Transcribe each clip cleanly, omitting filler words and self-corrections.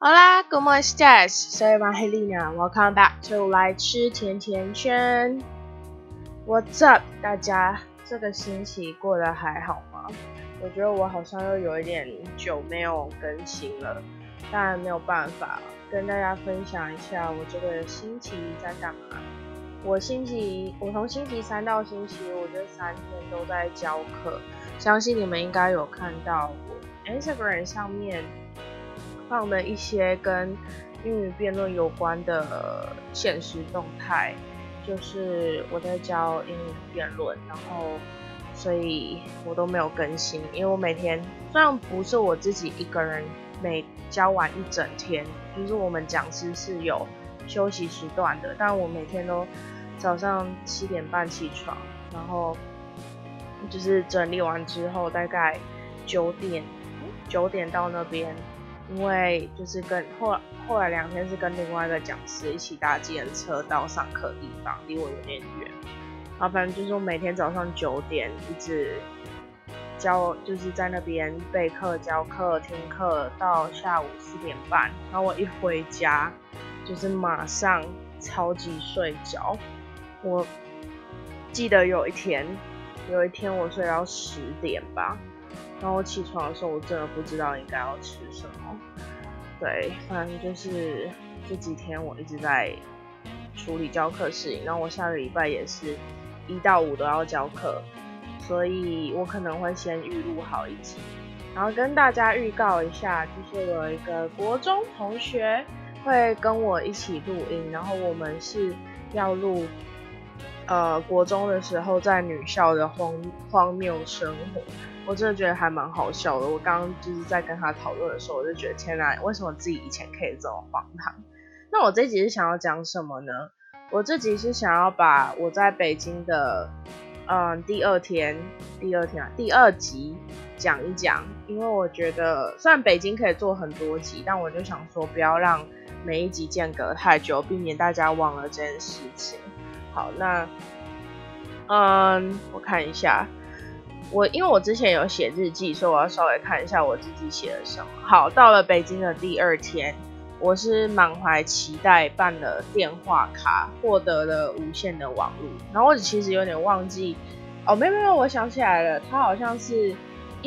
Hola, ¿cómo estás? Soy Evangelina. Welcome back to 来吃甜甜圈。What's up， 大家？这个星期过得还好吗？我觉得我好像又有一点久没有更新了，但没有办法，跟大家分享一下我这个星期在干嘛。我从星期三到星期五这3天都在教课，相信你们应该有看到我 Instagram 上面放的一些跟英语辩论有关的限时动态，就是我在教英语辩论，然后所以我都没有更新，因为我每天虽然不是我自己一个人每教完一整天，就是我们讲师是有休息时段的，但我每天都早上7点半起床，然后就是整理完之后大概9点到那边，因为就是跟后来2天是跟另外一个讲师一起搭计程车到上课的地方，离我有点远。然后反正就是我每天早上9点一直教，就是在那边备课、教课、听课到下午4点半。然后我一回家就是马上超级睡着。我记得有一天我睡到10点吧，然后我起床的时候我真的不知道应该要吃什么。对，反正就是这几天我一直在处理教课事情，然后我下个礼拜也是1到5都要教课，所以我可能会先预录好一集，然后跟大家预告一下，就是我有一个国中同学会跟我一起录音，然后我们是要录国中的时候在女校的荒谬生活，我真的觉得还蛮好笑的。我刚刚就是在跟他讨论的时候，我就觉得天哪，为什么自己以前可以这么荒唐？那我这集是想要讲什么呢？我这集是想要把我在北京的第二集讲一讲，因为我觉得虽然北京可以做很多集，但我就想说不要让每一集间隔太久，避免大家忘了这件事情。好，那我看一下，因为我之前有写日记，所以我要稍微看一下我自己写了什么。好，到了北京的第2天，我是满怀期待办了电话卡，获得了无线的网络。然后我其实有点忘记，没有，我想起来了，它好像是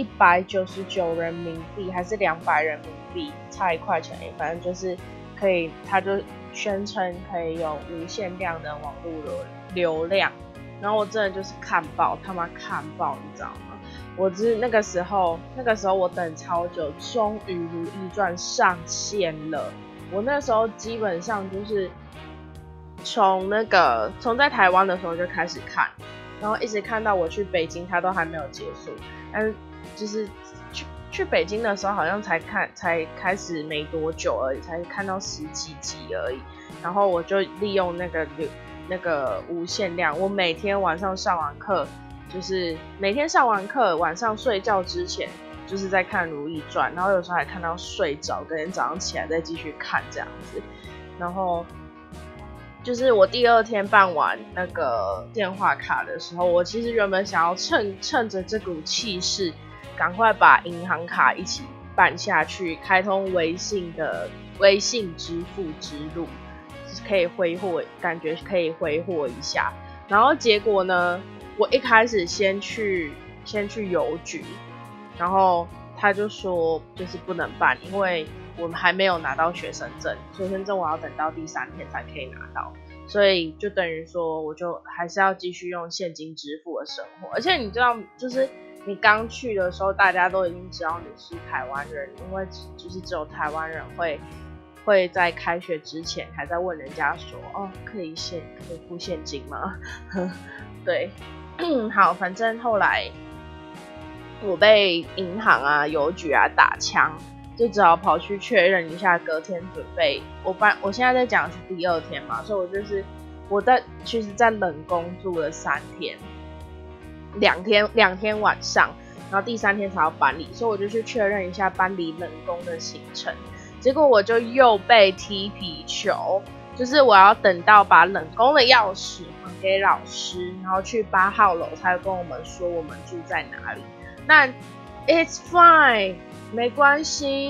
199人民币还是200人民币，差1块钱而已，反正就是可以，它就宣称可以有无限量的网络流量。然后我真的就是看爆，他妈看爆，你知道吗？我就是那个时候我等超久，终于《如懿传》上线了。我那时候基本上就是从在台湾的时候就开始看，然后一直看到我去北京，它都还没有结束。但是就是去北京的时候，好像才开始没多久而已，才看到10几集而已。然后我就利用那个无限量，我每天晚上上完课，就是每天上完课晚上睡觉之前，就是在看《如懿传》，然后有时候还看到睡着，隔天早上起来再继续看这样子。然后就是我第2天办完那个电话卡的时候，我其实原本想要趁着这股气势，赶快把银行卡一起办下去，开通微信支付之路。可以挥霍，感觉可以挥霍一下。然后结果呢，我一开始先去邮局，然后他就说就是不能办，因为我们还没有拿到学生证，学生证我要等到第3天才可以拿到，所以就等于说我就还是要继续用现金支付的生活。而且你知道，就是你刚去的时候，大家都已经知道你是台湾人，因为就是只有台湾人会在开学之前还在问人家说，可以付现金吗？对，好，反正后来我被银行啊、邮局啊打枪，就只好跑去确認一下，隔天準備。我現在在講的是第2天嘛，所以我其實在冷宮住了3天，2天晚上，然後第3天才要搬離，所以我就去確認一下搬離冷宮的行程。結果我就又被踢皮球，就是我要等到把冷宮的鑰匙還給老師，然後去8號樓才跟我們說我們住在哪裡。那 it's fine， 沒關係。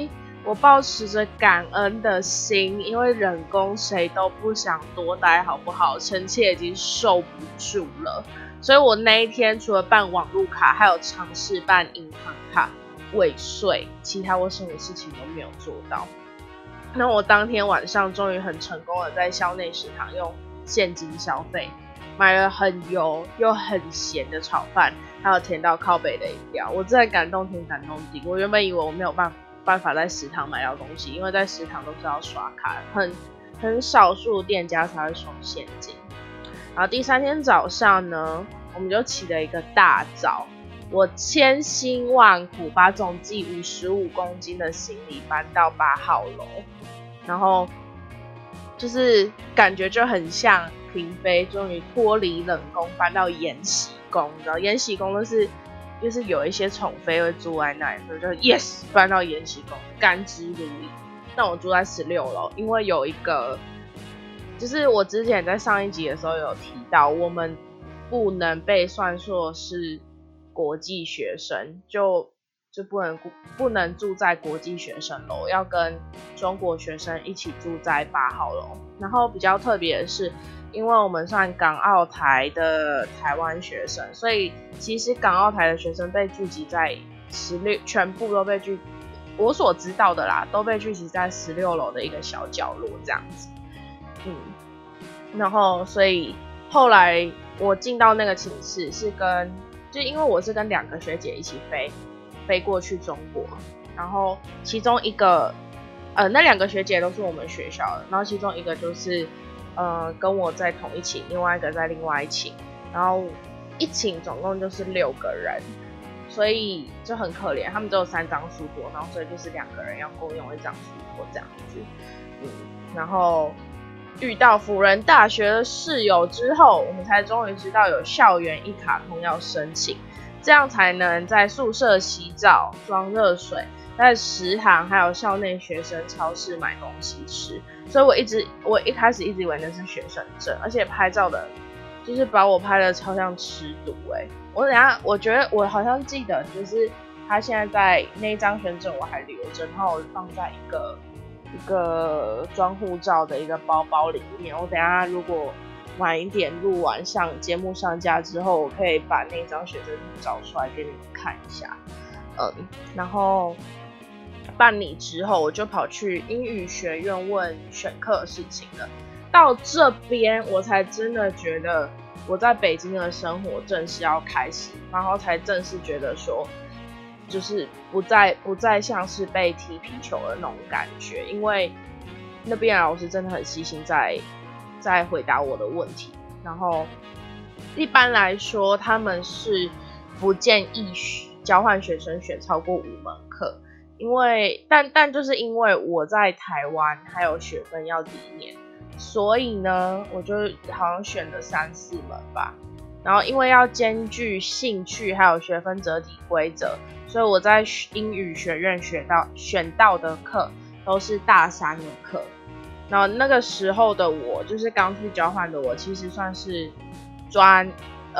我抱持着感恩的心，因为人工谁都不想多待，好不好？臣妾已经受不住了，所以我那一天除了办网路卡，还有尝试办银行卡未遂，其他我什么事情都没有做到。那我当天晚上终于很成功的在校内食堂用现金消费，买了很油又很咸的炒饭，还有甜到靠北的饮料，我真的感动天感动地。我原本以为我没有办法在食堂买到东西，因为在食堂都是要刷卡，很少数店家才会收现金。然后第3天早上呢，我们就起了一个大早，我千辛万苦把总计55公斤的行李搬到8号楼，然后就是感觉就很像嫔妃终于脱离冷宫搬到延禧宫，你知道延禧宫就是有一些宠妃会住在那里，所以就 yes 搬到延禧宫，甘之如饴。那我住在16楼，因为有一个，就是我之前在上一集的时候有提到，我们不能被算作是国际学生，就不能住在国际学生楼，要跟中国学生一起住在8号楼。然后比较特别的是，因为我们算港澳台的台湾学生，所以其实港澳台的学生被聚集在全部都被我所知道的啦，都被聚集在16楼的一个小角落这样子。然后所以后来我进到那个寝室是就因为我是跟2个学姐一起飞过去中国，然后其中一个那2个学姐都是我们学校的，然后其中一个就是跟我在同一寝，另外一个在另外一寝，然后一寝总共就是6个人，所以就很可怜，他们只有3张书桌，然后所以就是2个人要共用1张书桌这样子。然后遇到辅仁大学的室友之后，我们才终于知道有校园一卡通要申请，这样才能在宿舍洗澡、装热水，在食堂还有校内学生超市买东西吃。所以我一开始一直以为那是学生证，而且拍照的就是把我拍的超像吃毒我觉得我好像记得，就是他现在在那一张学生证我还留着，然后我放在一个装护照的一个包包里面。我等一下如果晚一点录完节目上架之后，我可以把那张学生证找出来给你们看一下。然后办理之后，我就跑去英语学院问选课的事情了。到这边我才真的觉得我在北京的生活正式要开始，然后才正式觉得说，就是不再像是被踢皮球的那种感觉，因为那边的老师真的很细心在回答我的问题。然后一般来说，他们是不建议交换学生选超过5门课，但就是因为我在台湾还有学分要抵免，所以呢，我就好像选了3-4门吧。然后因为要兼具兴趣还有学分折抵规则，所以我在英语学院选到的课都是大3的课。然后那个时候的我，就是刚去交换的我，其实算是专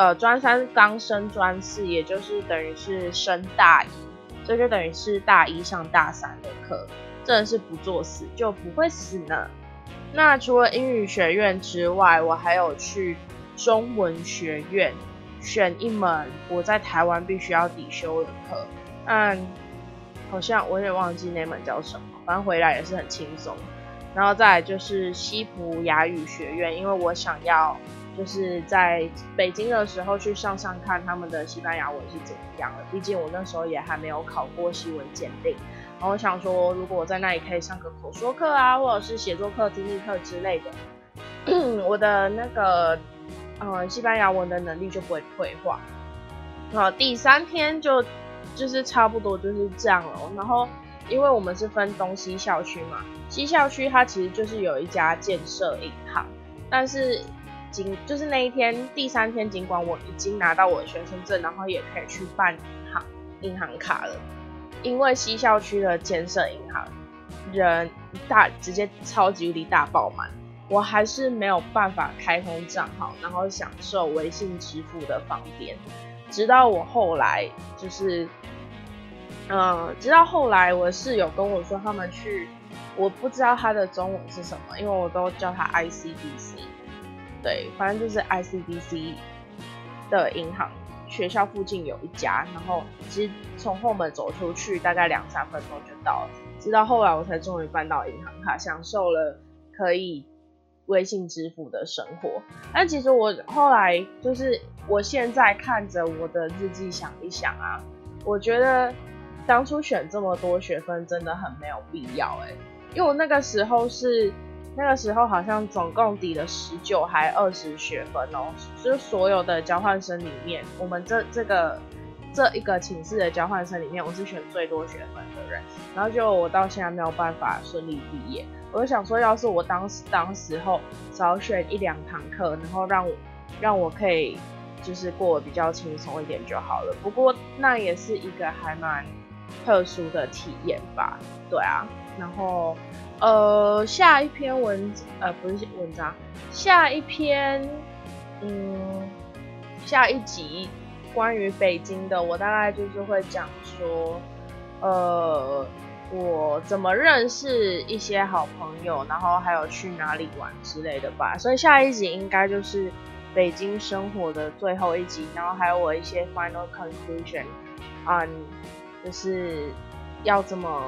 3刚升专4，也就是等于是升大1，所以就等于是大1上大3的课，真的是不作死就不会死呢。那除了英语学院之外，我还有去中文学院选一门我在台湾必须要抵修的课，好像我有点忘记那门叫什么，反正回来也是很轻松。然后再来就是西葡雅语学院，因为我想要就是在北京的时候去上看他们的西班牙文是怎么样的，毕竟我那时候也还没有考过西文检定。然后我想说，如果我在那里可以上个口说课啊，或者是写作课、听力课之类的，我的那个西班牙文的能力就不会退化。第3天就是差不多就是这样了。然后因为我们是分东西校区嘛，西校区它其实就是有一家建设银行，但是就是那一天第3天，尽管我已经拿到我的学生证，然后也可以去办银行卡了，因为西校区的建设银行人直接超级无敌大爆满，我还是没有办法开通账号，然后享受微信支付的方便。直到我后来就是直到后来我室友跟我说他们去，我不知道他的中文是什么，因为我都叫他 ICBC， 对，反正就是 ICBC 的银行，学校附近有一家，然后其实从后门走出去大概2-3分钟就到了。直到后来我才终于办到银行卡，享受了可以微信支付的生活。但其实我后来就是我现在看着我的日记想一想啊，我觉得当初选这么多学分真的很没有必要因为我那个时候好像总共抵了19还20学分哦，就是所有的交换生里面，我们这一个寝室的交换生里面，我是选最多学分的人，然后就我到现在没有办法顺利毕业。我就想说，要是我当时候少选1-2堂课，然后让我可以就是过得比较轻松一点就好了。不过那也是一个还蛮特殊的体验吧，对啊。然后下一篇不是文章，下一集关于北京的，我大概就是会讲说，我怎么认识一些好朋友，然后还有去哪里玩之类的吧。所以下一集应该就是北京生活的最后一集，然后还有我一些 final conclusion，就是要怎么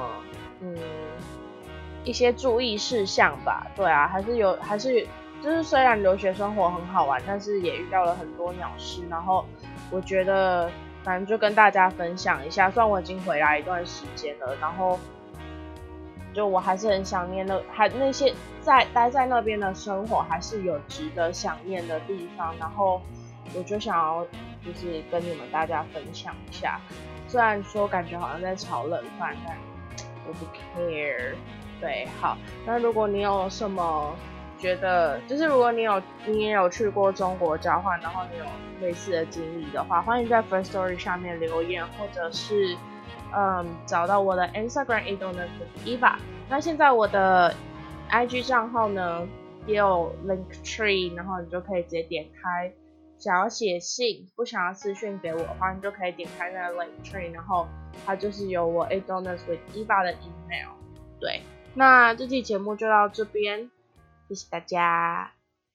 一些注意事项吧。对啊，还是就是虽然留学生活很好玩，但是也遇到了很多鸟事，然后我觉得反正就跟大家分享一下。虽然我已经回来一段时间了，然后就我还是很想念那些待在那边的生活，还是有值得想念的地方。然后我就想要就是跟你们大家分享一下，虽然说感觉好像在炒冷饭，但我不 care。对，好，那如果你有什么觉得，就是如果你也有去过中国交换，然后你有类似的经历的话，欢迎在 First Story 下面留言，或者是找到我的 Instagram @edonutwitheva。那现在我的 IG 账号呢也有 Linktree， 然后你就可以直接点开。想要写信，不想要私讯给我的话，你就可以点开那个 Linktree， 然后它就是有我 @edonutwitheva 的 email。对，那这期节目就到这边，谢谢大家。